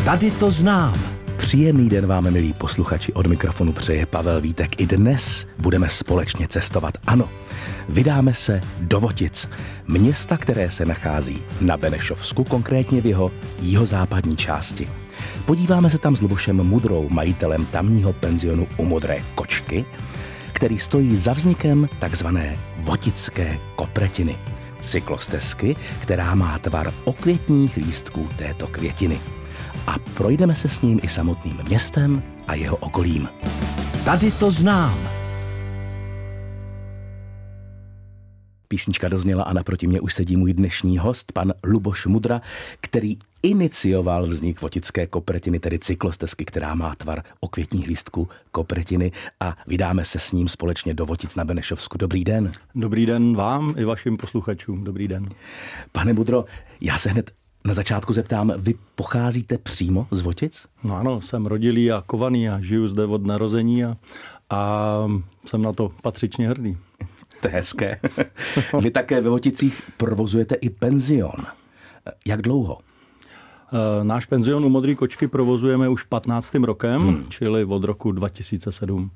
Tady to znám. Příjemný den vám, milí posluchači, od mikrofonu přeje Pavel Vítek. I dnes budeme společně cestovat. Ano, vydáme se do Votic, města, které se nachází na Benešovsku, konkrétně v jeho jihozápadní části. Podíváme se tam s Lubošem Mudrou, majitelem tamního penzionu u Modré kočky, který stojí za vznikem takzvané Votické kopretiny, cyklostezky, která má tvar okvětních lístků této květiny. A projdeme se s ním i samotným městem a jeho okolím. Tady to znám. Písnička dozněla a naproti mě už sedí můj dnešní host, pan Luboš Mudra, který inicioval vznik Votické kopretiny, tedy cyklostezky, která má tvar okvětních lístků kopretiny, a vydáme se s ním společně do Votic na Benešovsku. Dobrý den. Dobrý den vám i vašim posluchačům. Dobrý den. Pane Mudro, já se hned na začátku zeptám, vy pocházíte přímo z Votic? No ano, jsem rodilý a kovaný a žiju zde od narození a jsem na to patřičně hrdý. To je hezké. Vy také ve Voticích provozujete i penzion. Jak dlouho? Náš penzion u Modré kočky provozujeme už 15. rokem, čili od roku 2007.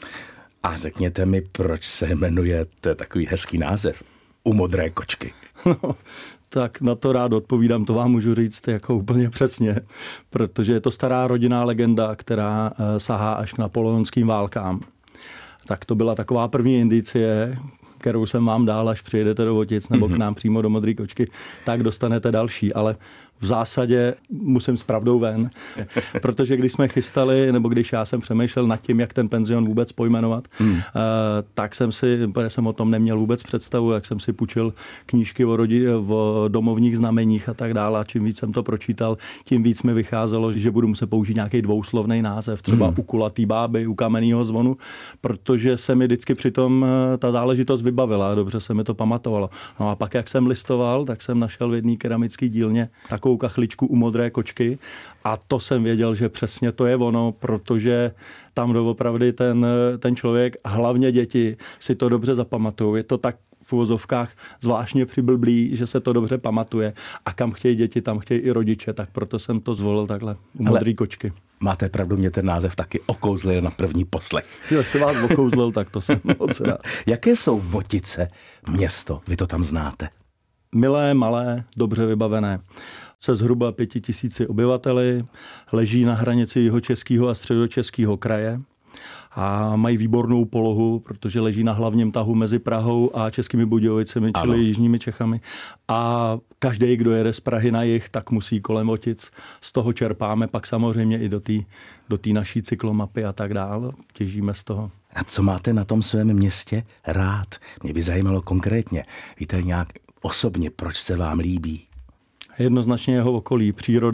A řekněte mi, proč se jmenuje, to je takový hezký název, u Modré kočky. No, tak na to rád odpovídám, to vám můžu říct jako úplně přesně, protože je to stará rodinná legenda, která sahá až k napoleonským válkám. Tak to byla taková první indicie, kterou jsem vám dal, až přijedete do Votic nebo k nám přímo do Modré kočky, tak dostanete další, ale v zásadě musím s pravdou ven, protože když jsme chystali, nebo když já jsem přemýšlel nad tím, jak ten penzion vůbec pojmenovat, tak jsem o tom neměl vůbec představu, jak jsem si půjčil knížky o domovních znameních a tak dále. A čím víc jsem to pročítal, tím víc mi vycházelo, že budu muset použít nějaký dvouslovný název, třeba u kulatý báby, u kamenného zvonu, protože se mi vždycky přitom ta záležitost vybavila, dobře se mi to pamatovalo. No a pak, jak jsem listoval, tak jsem našel v jedné keramické dílně takovou kachličku u Modré kočky a to jsem věděl, že přesně to je ono, protože tam doopravdy ten člověk, hlavně děti, si to dobře zapamatují. Je to tak v uvozovkách zvláštně přiblblý, že se to dobře pamatuje a kam chtějí děti, tam chtějí i rodiče, tak proto jsem to zvolil takhle u Modré kočky. Máte pravdu, mě ten název taky okouzlil na první poslech. Jo, se vás okouzlil, tak to jsem moc rád. Jaké jsou Votice město? Vy to tam znáte. Milé, malé, dobře vybavené. Se zhruba 5000 obyvateli, leží na hranici Jihočeského a Středočeského kraje a mají výbornou polohu, protože leží na hlavním tahu mezi Prahou a Českými Budějovicemi, čili jižními Čechami. A každý, kdo jede z Prahy na jih, tak musí kolem Votic. Z toho čerpáme pak samozřejmě i do té naší cyklomapy a tak dále. Těžíme z toho. A co máte na tom svém městě rád? Mě by zajímalo konkrétně. Víte nějak osobně, proč se vám líbí? Jednoznačně jeho okolí,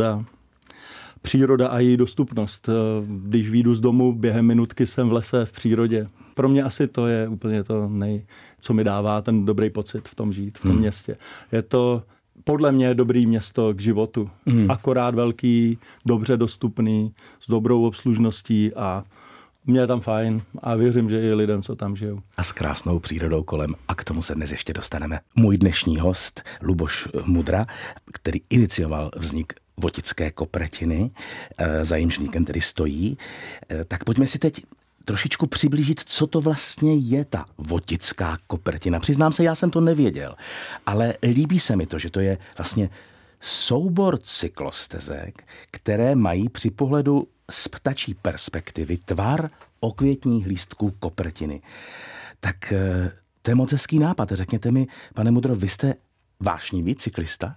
příroda a její dostupnost. Když vyjdu z domu, během minutky jsem v lese, v přírodě. Pro mě asi to je úplně to co mi dává ten dobrý pocit v tom žít, v tom městě. Je to podle mě dobrý město k životu. Akorát velký, dobře dostupný, s dobrou obslužností a mě je tam fajn a věřím, že i lidem, co tam žijou. A s krásnou přírodou kolem. A k tomu se dnes ještě dostaneme. Můj dnešní host, Luboš Mudra, který inicioval vznik Votické kopretiny, za jímž vznikem tedy stojí. Tak pojďme si teď trošičku přiblížit, co to vlastně je ta Votická kopretina. Přiznám se, já jsem to nevěděl, ale líbí se mi to, že to je vlastně soubor cyklostezek, které mají při pohledu z ptačí perspektivy tvar okvětních lístků kopretiny. Tak to je moc hezký nápad. Řekněte mi, pane Mudro, vy jste vášnivý cyklista?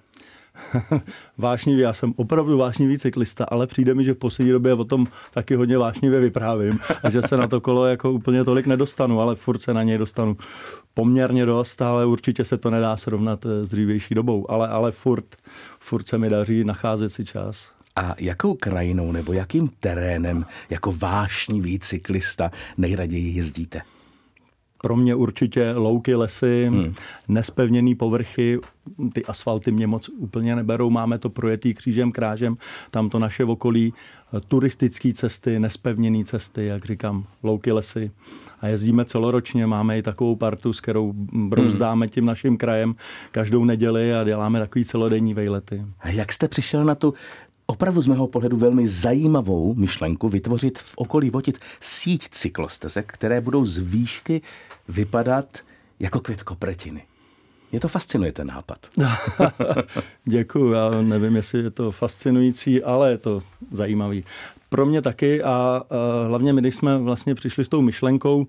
Vášnivý, já jsem opravdu vášnivý cyklista, ale přijde mi, že v poslední době o tom taky hodně vášnivě vyprávím a že se na to kolo jako úplně tolik nedostanu, ale furt se na něj dostanu poměrně dost, ale určitě se to nedá srovnat s dřívější dobou, ale furt se mi daří nacházet si čas. A jakou krajinou nebo jakým terénem jako vášnivý cyklista nejraději jezdíte? Pro mě určitě louky, lesy, nespevněný povrchy, ty asfalty mě moc úplně neberou, máme to projetý křížem krážem, tam to naše okolí, turistické cesty, nespevněné cesty, jak říkám, louky, lesy. A jezdíme celoročně, máme i takovou partu, s kterou brouzdáme tím naším krajem každou neděli a děláme takový celodenní vejlety. A jak jste přišel na tu opravdu z mého pohledu velmi zajímavou myšlenku vytvořit v okolí Votic síť cyklostezek, které budou z výšky vypadat jako květ kopretiny. Mě to fascinuje, ten nápad. Děkuju, já nevím, jestli je to fascinující, ale je to zajímavý. Pro mě taky a hlavně my, když jsme vlastně přišli s tou myšlenkou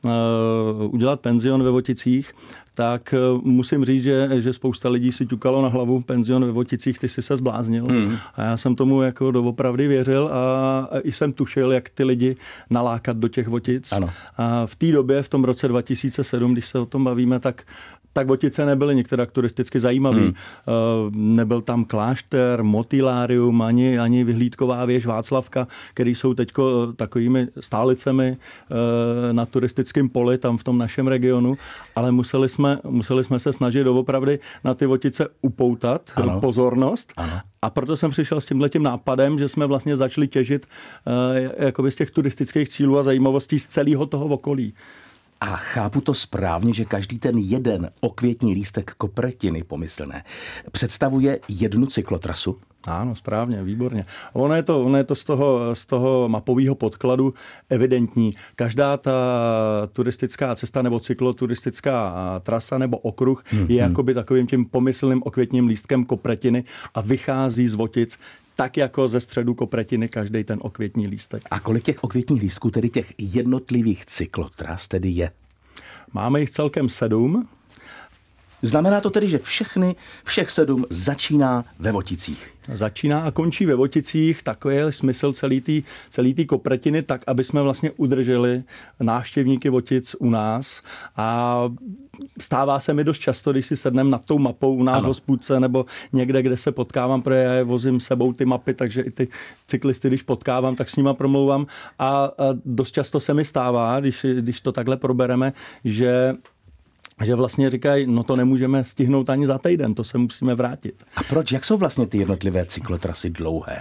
udělat penzion ve Voticích, tak musím říct, že spousta lidí si ťukalo na hlavu, penzion ve Voticích, ty jsi se zbláznil. A já jsem tomu jako doopravdy věřil a i jsem tušil, jak ty lidi nalákat do těch Votic. Ano. A v té době, v tom roce 2007, když se o tom bavíme, tak Votice nebyly některá turisticky zajímavý. Nebyl tam klášter, motilárium, ani vyhlídková věž Václavka, které jsou teď takovými stálicemi na turistickém poli tam v tom našem regionu, ale museli jsme se snažit doopravdy na ty Votice upoutat pozornost. Ano. A proto jsem přišel s tímhletím nápadem, že jsme vlastně začali těžit jakoby z těch turistických cílů a zajímavostí z celého toho okolí. A chápu to správně, že každý ten jeden okvětní lístek kopretiny pomyslné představuje jednu cyklotrasu? Ano, správně, výborně. Ono je to z toho mapového podkladu evidentní. Každá ta turistická cesta nebo cykloturistická trasa nebo okruh je jakoby takovým tím pomyslným okvětním lístkem kopretiny a vychází z Votic tak jako ze středu kopretiny každý ten okvětní lístek. A kolik těch okvětních lístků, tedy těch jednotlivých cyklotras, tedy je? Máme jich celkem 7. Znamená to tedy, že všech 7 začíná ve Voticích? Začíná a končí ve Voticích, takový je smysl celý té kopretiny, tak, aby jsme vlastně udrželi návštěvníky Votic u nás. A stává se mi dost často, když si sedneme nad tou mapou u nás v hospůdce nebo někde, kde se potkávám, protože já vozím sebou ty mapy, takže i ty cyklisty, když potkávám, tak s nima promlouvám. A dost často se mi stává, když to takhle probereme, že vlastně říkají, no to nemůžeme stihnout ani za týden, to se musíme vrátit. A proč? Jak jsou vlastně ty jednotlivé cyklotrasy dlouhé?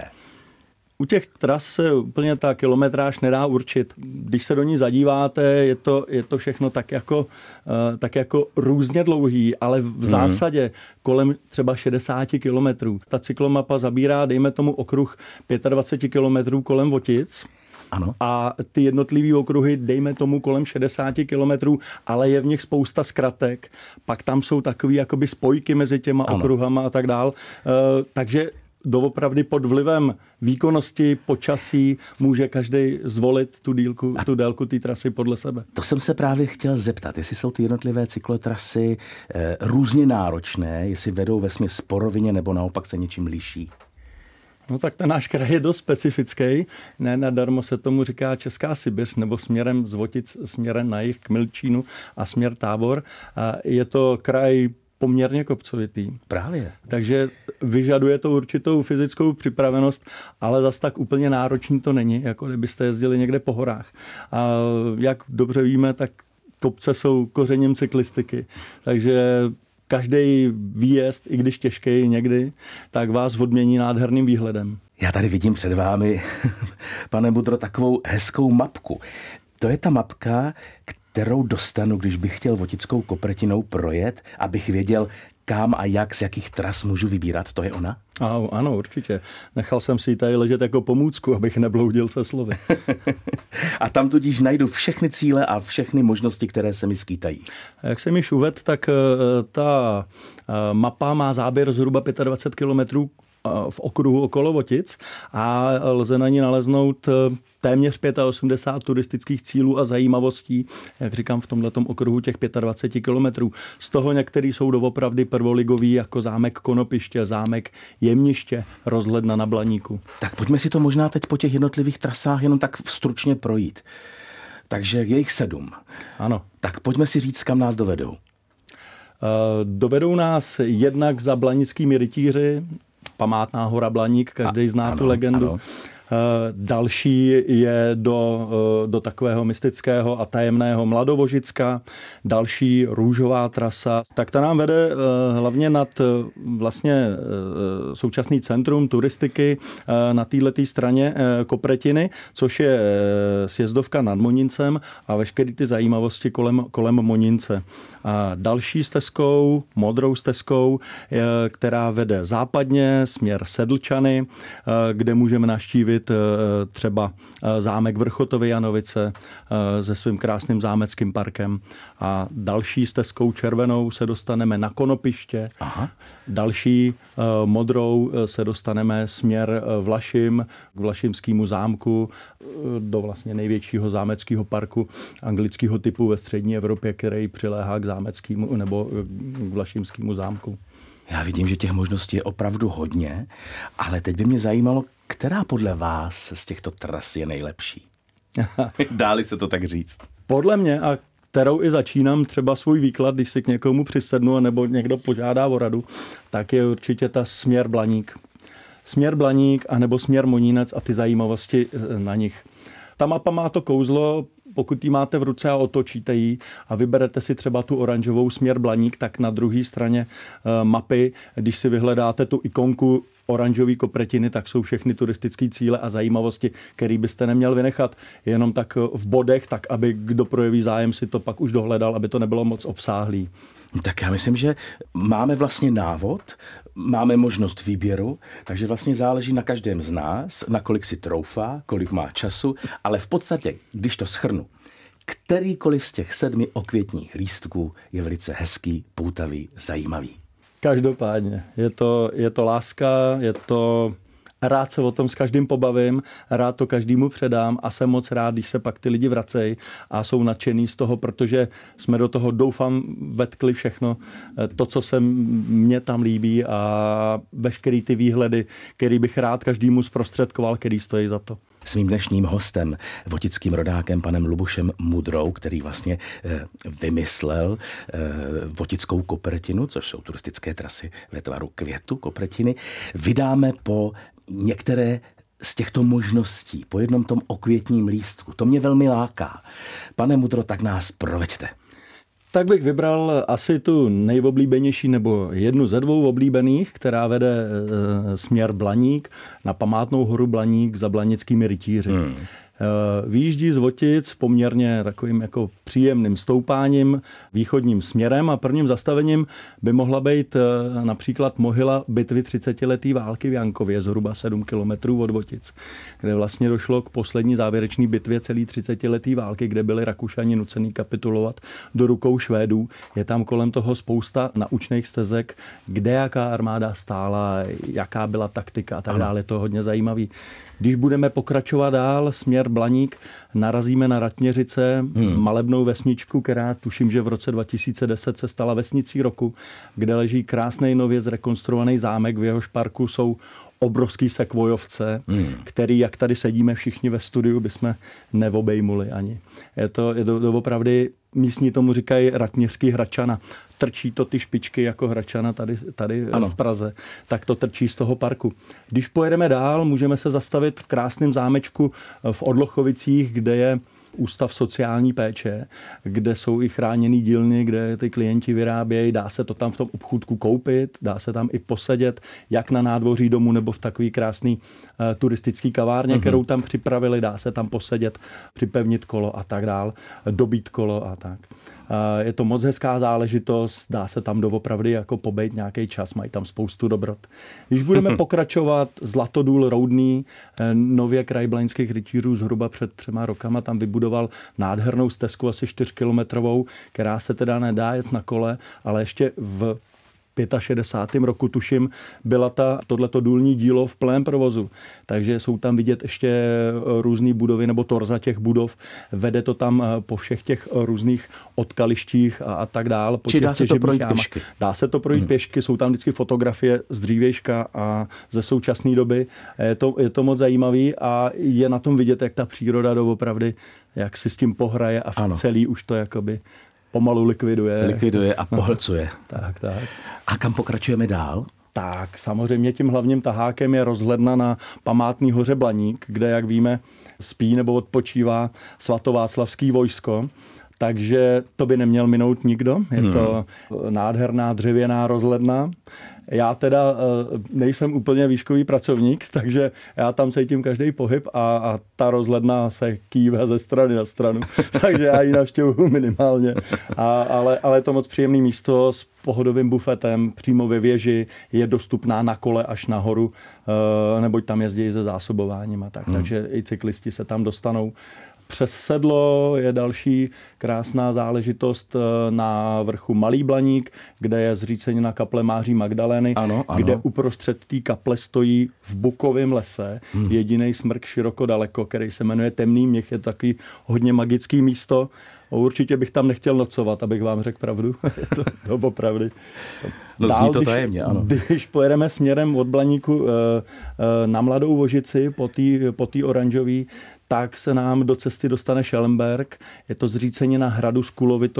U těch tras se úplně ta kilometráž nedá určit. Když se do ní zadíváte, je to všechno tak jako různě dlouhý, ale v zásadě kolem třeba 60 kilometrů. Ta cyklomapa zabírá, dejme tomu, okruh 25 kilometrů kolem Votic. Ano. A ty jednotlivý okruhy, dejme tomu, kolem 60 kilometrů, ale je v nich spousta zkratek. Pak tam jsou takový jakoby spojky mezi těma okruhama a tak dál. Takže doopravdy pod vlivem výkonnosti, počasí může každý zvolit tu délku té trasy podle sebe. To jsem se právě chtěl zeptat, jestli jsou ty jednotlivé cyklotrasy různě náročné, jestli vedou vesměs sporovině nebo naopak se něčím liší. No tak ten náš kraj je dost specifický. Ne nadarmo se tomu říká Česká Sibiř, nebo směrem z Votic, směrem na jih k Milčínu a směr Tábor. A je to kraj poměrně kopcovitý. Právě. Takže vyžaduje to určitou fyzickou připravenost, ale zas tak úplně náročný to není, jako kdybyste jezdili někde po horách. A jak dobře víme, tak kopce jsou kořeněm cyklistiky. Takže každý výjezd, i když těžký někdy, tak vás odmění nádherným výhledem. Já tady vidím před vámi, pane Mudro, takovou hezkou mapku. To je ta mapka, kterou dostanu, když bych chtěl Votickou kopretinou projet, abych věděl, kam a jak, z jakých tras můžu vybírat. To je ona? Ano, určitě. Nechal jsem si ji tady ležet jako pomůcku, abych nebloudil se slovy. A tam tudíž najdu všechny cíle a všechny možnosti, které se mi skýtají. Jak jsem již uvedl, tak ta mapa má záběr zhruba 25 kilometrů v okruhu okolo Votic a lze na ní naleznout téměř 85 turistických cílů a zajímavostí, jak říkám, v tomhletom okruhu těch 25 kilometrů. Z toho některý jsou doopravdy prvoligový, jako zámek Konopiště, zámek Jemniště, rozhledna na Blaníku. Tak pojďme si to možná teď po těch jednotlivých trasách jenom tak stručně projít. Takže je jich 7. Ano. Tak pojďme si říct, kam nás dovedou. Dovedou nás jednak za blanickými rytíři, památná hora Blaník, každý zná tu legendu. Ano. Další je do takového mystického a tajemného Mladovožicka, další růžová trasa. Tak ta nám vede hlavně nad vlastně současný centrum turistiky na této straně Kopretiny, což je sjezdovka nad Monincem a veškeré ty zajímavosti kolem Monince. A další stezkou, modrou stezkou, která vede západně směr Sedlčany, kde můžeme navštívit třeba zámek Vrchotovy Janovice se svým krásným zámeckým parkem. A další stezkou červenou se dostaneme na Konopiště. Aha. Další modrou se dostaneme směr Vlašim, k Vlašimskému zámku, do vlastně největšího zámeckého parku anglického typu ve střední Evropě, který přiléhá k zámeckému nebo k Vlašimskému zámku. Já vidím, že těch možností je opravdu hodně, ale teď by mě zajímalo, která podle vás z těchto tras je nejlepší? Dá-li se to tak říct? Podle mě, a kterou i začínám třeba svůj výklad, když si k někomu přisednu nebo někdo požádá o radu, tak je určitě ta směr Blaník. Směr Blaník anebo směr Monínec a ty zajímavosti na nich. Ta mapa má to kouzlo, pokud ji máte v ruce a otočíte ji a vyberete si třeba tu oranžovou směr Blaník, tak na druhé straně mapy, když si vyhledáte tu ikonku oranžový Kopretiny, tak jsou všechny turistické cíle a zajímavosti, které byste neměl vynechat jenom tak v bodech, tak aby kdo projeví zájem si to pak už dohledal, aby to nebylo moc obsáhlý. Tak já myslím, že máme vlastně návod, máme možnost výběru, takže vlastně záleží na každém z nás, na kolik si troufá, kolik má času, ale v podstatě, když to shrnu, kterýkoliv z těch 7 okvětních lístků je velice hezký, poutavý, zajímavý. Každopádně. Je to láska, je to... Rád se o tom s každým pobavím, rád to každému předám a jsem moc rád, když se pak ty lidi vracejí a jsou nadšený z toho, protože jsme do toho, doufám, vetkli všechno to, co se mně tam líbí a veškerý ty výhledy, který bych rád každému zprostředkoval, který stojí za to. Svým dnešním hostem, votickým rodákem panem Lubošem Mudrou, který vlastně vymyslel votickou Kopretinu, což jsou turistické trasy ve tvaru květu Kopretiny, vydáme po některé z těchto možností, po jednom tom okvětním lístku. To mě velmi láká. Pane Mudro, tak nás proveďte. Tak bych vybral asi tu nejoblíbenější nebo jednu ze 2 oblíbených, která vede směr Blaník na památnou horu Blaník za blanickými rytíři. Vyjíždí z Votic poměrně takovým jako příjemným stoupáním východním směrem a prvním zastavením by mohla být například mohyla bitvy 30leté války v Jankově, zhruba 7 kilometrů od Votic, kde vlastně došlo k poslední závěrečné bitvě celé 30leté války, kde byli Rakušani nucený kapitulovat do rukou Švédů. Je tam kolem toho spousta naučných stezek, kde jaká armáda stála, jaká byla taktika a tak dále. Je to hodně zajímavý. Když budeme pokračovat dál, směr Blaník, narazíme na Ratněřice, malebnou vesničku, která tuším, že v roce 2010 se stala vesnicí roku, kde leží krásný nově zrekonstruovaný zámek, v jehož parku jsou obrovský sekvojovce, který, jak tady sedíme všichni ve studiu, bychom neobejmuli ani. Je to opravdu, místní tomu říkají Ratněřský Hračana. Trčí to ty špičky jako Hračana tady v Praze, tak to trčí z toho parku. Když pojedeme dál, můžeme se zastavit v krásném zámečku v Odlochovicích, kde je ústav sociální péče, kde jsou i chráněný dílny, kde ty klienti vyrábějí, dá se to tam v tom obchůdku koupit, dá se tam i posedět, jak na nádvoří domu nebo v takový krásný turistický kavárně, kterou tam připravili, dá se tam posedět, připevnit kolo a tak dál, dobít kolo a tak. Je to moc hezká záležitost, dá se tam doopravdy jako pobejt nějaký čas, mají tam spoustu dobrot. Když budeme pokračovat, Zlatodůl Roudný, nově kraj blaňských rytířů zhruba před 3 rokama tam vybudoval nádhernou stezku asi 4kilometrovou, která se teda nedá jet na kole, ale ještě v 65. roku, tuším, byla tohleto důlní dílo v plném provozu. Takže jsou tam vidět ještě různé budovy nebo torza těch budov. Vede to tam po všech těch různých odkalištích a tak dál. Či dá se to projít pěšky? Dá se to projít pěšky. Jsou tam vždycky fotografie z dřívějška a ze současné doby. Je to moc zajímavý a je na tom vidět, jak ta příroda doopravdy, jak si s tím pohraje a celý už to jakoby pomalu likviduje a pohlcuje. Tak. A kam pokračujeme dál? Tak samozřejmě tím hlavním tahákem je rozhledna na památný hoře Blaník, kde, jak víme, spí nebo odpočívá svatováclavský vojsko. Takže to by neměl minout nikdo. Je to nádherná dřevěná rozhledna. Já teda nejsem úplně výškový pracovník, takže já tam cítím každý pohyb a ta rozhledna se kýve ze strany na stranu. Takže já ji navštěvuju minimálně. Ale je to moc příjemné místo s pohodovým bufetem přímo ve věži, je dostupná na kole až nahoru, neboť tam jezdí se zásobováním a tak. Takže i cyklisti se tam dostanou. Přes sedlo je další krásná záležitost na vrchu Malý Blaník, kde je zřícenina kaple Máří Magdalény, ano. Kde uprostřed té kaple stojí v bukovém lese jediný smrk široko daleko, který se jmenuje Temný měch, je takový hodně magický místo. Určitě bych tam nechtěl nocovat, abych vám řekl pravdu. To opravdu. No zní to tajemně, ano. Když pojedeme směrem od Blaníku na Mladou Vožici po té oranžový, tak se nám do cesty dostane Schellenberg. Je to zřícenina hradu s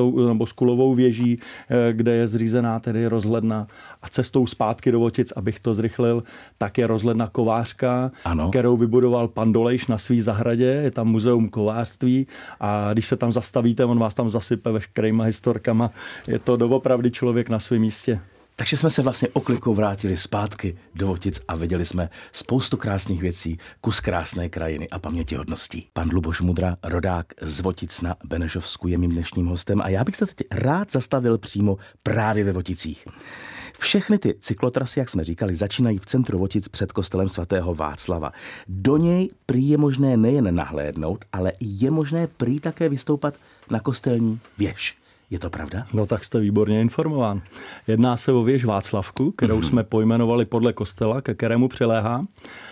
kulovou věží, kde je zřízená tedy rozhledna. A cestou zpátky do Votic, abych to zrychlil, tak je rozhledna Kovářka, ano. Kterou vybudoval pan Dolejš na svý zahradě. Je tam muzeum kovářství a když se tam zastavíte, on vás tam zasype veškerýma historkama. Je to doopravdy člověk na svém místě. Takže jsme se vlastně oklikou vrátili zpátky do Votic a viděli jsme spoustu krásných věcí, kus krásné krajiny a pamětihodností. Pan Luboš Mudra, rodák z Votic na Benešovsku, je mým dnešním hostem a já bych se teď rád zastavil přímo právě ve Voticích. Všechny ty cyklotrasy, jak jsme říkali, začínají v centru Votic před kostelem svatého Václava. Do něj prý je možné nejen nahlédnout, ale je možné prý také vystoupat na kostelní věž. Je to pravda? No tak jste výborně informován. Jedná se o věž Václavku, kterou jsme pojmenovali podle kostela, ke kterému přiléhá.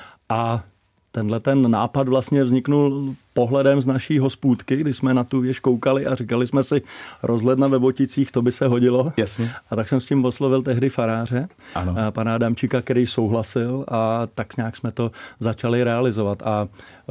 A ten nápad vlastně vzniknul pohledem z naší hospůdky, kdy jsme na tu věž koukali a říkali jsme si, rozhledna ve Voticích, to by se hodilo. Jasně. A tak jsem s tím oslovil tehdy faráře, pana Adamčíka, který souhlasil a tak nějak jsme to začali realizovat. A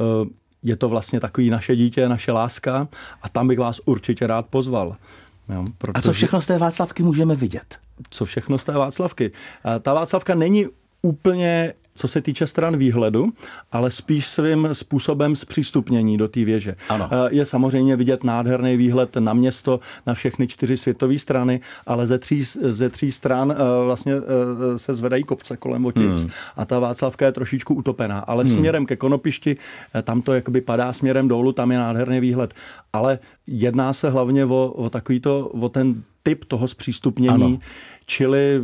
je to vlastně takový naše dítě, naše láska a tam bych vás určitě rád pozval. Jo, a co všechno z té Václavky můžeme vidět? Co všechno z té Václavky? Ta Václavka není úplně, co se týče stran výhledu, ale spíš svým způsobem zpřístupnění do té věže. Ano. Je samozřejmě vidět nádherný výhled na město, na všechny 4 světové strany, ale ze tří stran vlastně se zvedají kopce kolem Votic a ta Václavka je trošičku utopená, ale směrem ke Konopišti, tam to jakoby padá směrem dolů, tam je nádherný výhled, ale jedná se hlavně o ten typ toho zpřístupnění, ano. Čili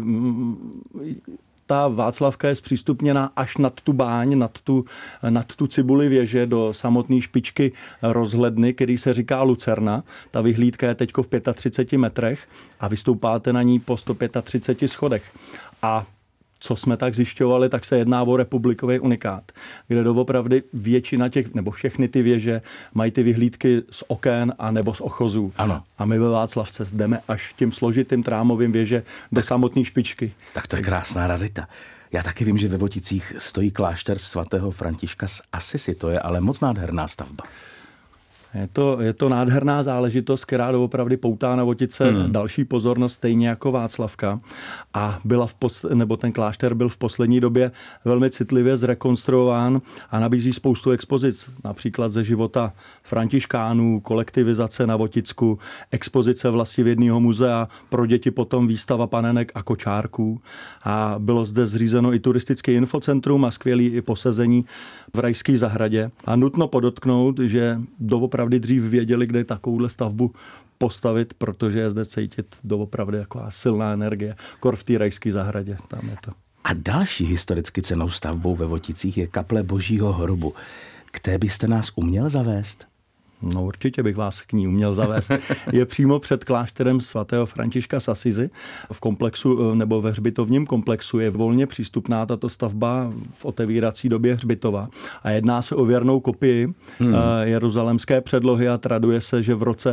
ta Václavka je zpřístupněna až nad tu báň, nad tu cibuli věže do samotné špičky rozhledny, který se říká Lucerna. Ta vyhlídka je teď v 35 metrech a vystoupáte na ní po 135 schodech. A co jsme tak zjišťovali, tak se jedná o republikový unikát, kde doopravdy většina nebo všechny ty věže mají ty vyhlídky z oken a nebo z ochozů. Ano. A my ve Václavce jdeme až tím složitým trámovým věže do samotné špičky. Tak to je krásná rarita. Já taky vím, že ve Voticích stojí klášter svatého Františka z Assisi, to je ale moc nádherná stavba. Je to nádherná záležitost, která doopravdy poutá na Votice další pozornost, stejně jako Václavka. A ten klášter byl v poslední době velmi citlivě zrekonstruován a nabízí spoustu expozic, například ze života františkánů, kolektivizace na Voticku, expozice vlastivědného muzea, pro děti potom výstava panenek a kočárků. A bylo zde zřízeno i turistické infocentrum a skvělý i posezení v Rajské zahradě. A nutno podotknout, že doopravdy dřív věděli, kde takovouhle stavbu postavit, protože je zde cítit doopravdy taková silná energie. Kor v té Rajské zahradě, tam je to. A další historicky cennou stavbou ve Voticích je kaple Božího hrobu. K té byste nás uměl zavést? No určitě bych vás k ní uměl zavést. Je přímo před klášterem svatého Františka z Assisi. V komplexu nebo ve hřbitovním komplexu je volně přístupná tato stavba v otevírací době hřbitova. A jedná se o věrnou kopii jeruzalémské předlohy a traduje se, že v roce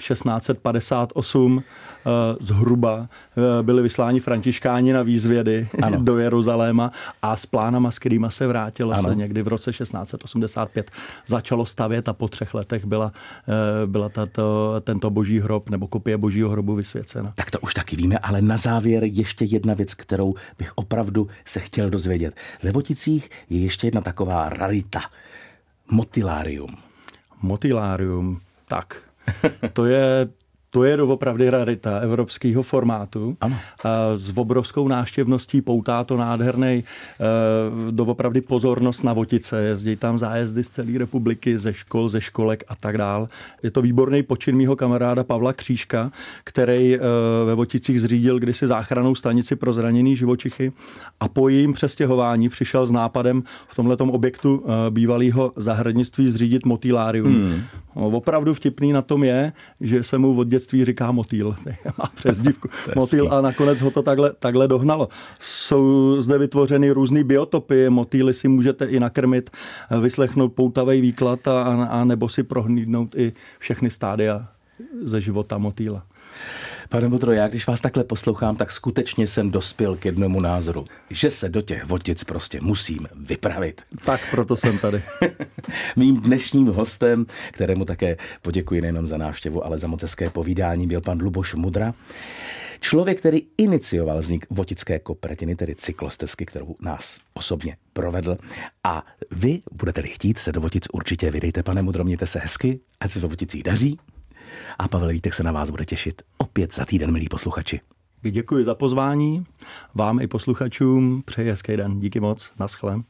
1658 zhruba byli vysláni františkáni na výzvědy do Jeruzaléma a s plánama, s kterýma se vrátilo se někdy v roce 1685. Začalo stavět a po 3 letech byla tento boží hrob nebo kopie božího hrobu vysvěcena. Tak to už taky víme, ale na závěr ještě jedna věc, kterou bych opravdu se chtěl dozvědět. Ve Voticích je ještě jedna taková rarita. Motylárium. Motylárium, tak. To je doopravdy rarita evropského formátu. Ano. S obrovskou návštěvností poutá to nádherný doopravdy pozornost na Votice. Jezdí tam zájezdy z celé republiky, ze škol, ze školek a tak dál. Je to výborný počin mýho kamaráda Pavla Křížka, který ve Voticích zřídil kdysi záchrannou stanici pro zraněný živočichy a po jejím přestěhování přišel s nápadem v tomhletom objektu bývalého zahradnictví zřídit motylárium. Opravdu vtipný na tom je, že se mu od dětství říká motýl. Má přezdívku motýl a nakonec ho to takhle dohnalo. Jsou zde vytvořeny různý biotopy, motýly si můžete i nakrmit, vyslechnout poutavý výklad a nebo si prohlídnout i všechny stádia ze života motýla. Pane Mudro, já když vás takhle poslouchám, tak skutečně jsem dospěl k jednomu názoru, že se do těch Votic prostě musím vypravit. Tak proto jsem tady. Mým dnešním hostem, kterému také poděkuji nejenom za návštěvu, ale za moc hezké povídání, byl pan Luboš Mudra. Člověk, který inicioval vznik Votické kopretiny, tedy cyklostezky, kterou nás osobně provedl. A vy budete-li chtít se do Votic určitě vydejte, pane Mudro, mějte se hezky, ať se ve Voticích daří. A Pavel Vítek se na vás bude těšit opět za týden, milí posluchači. Děkuji za pozvání, vám i posluchačům, přeji hezký den. Díky moc, naschle.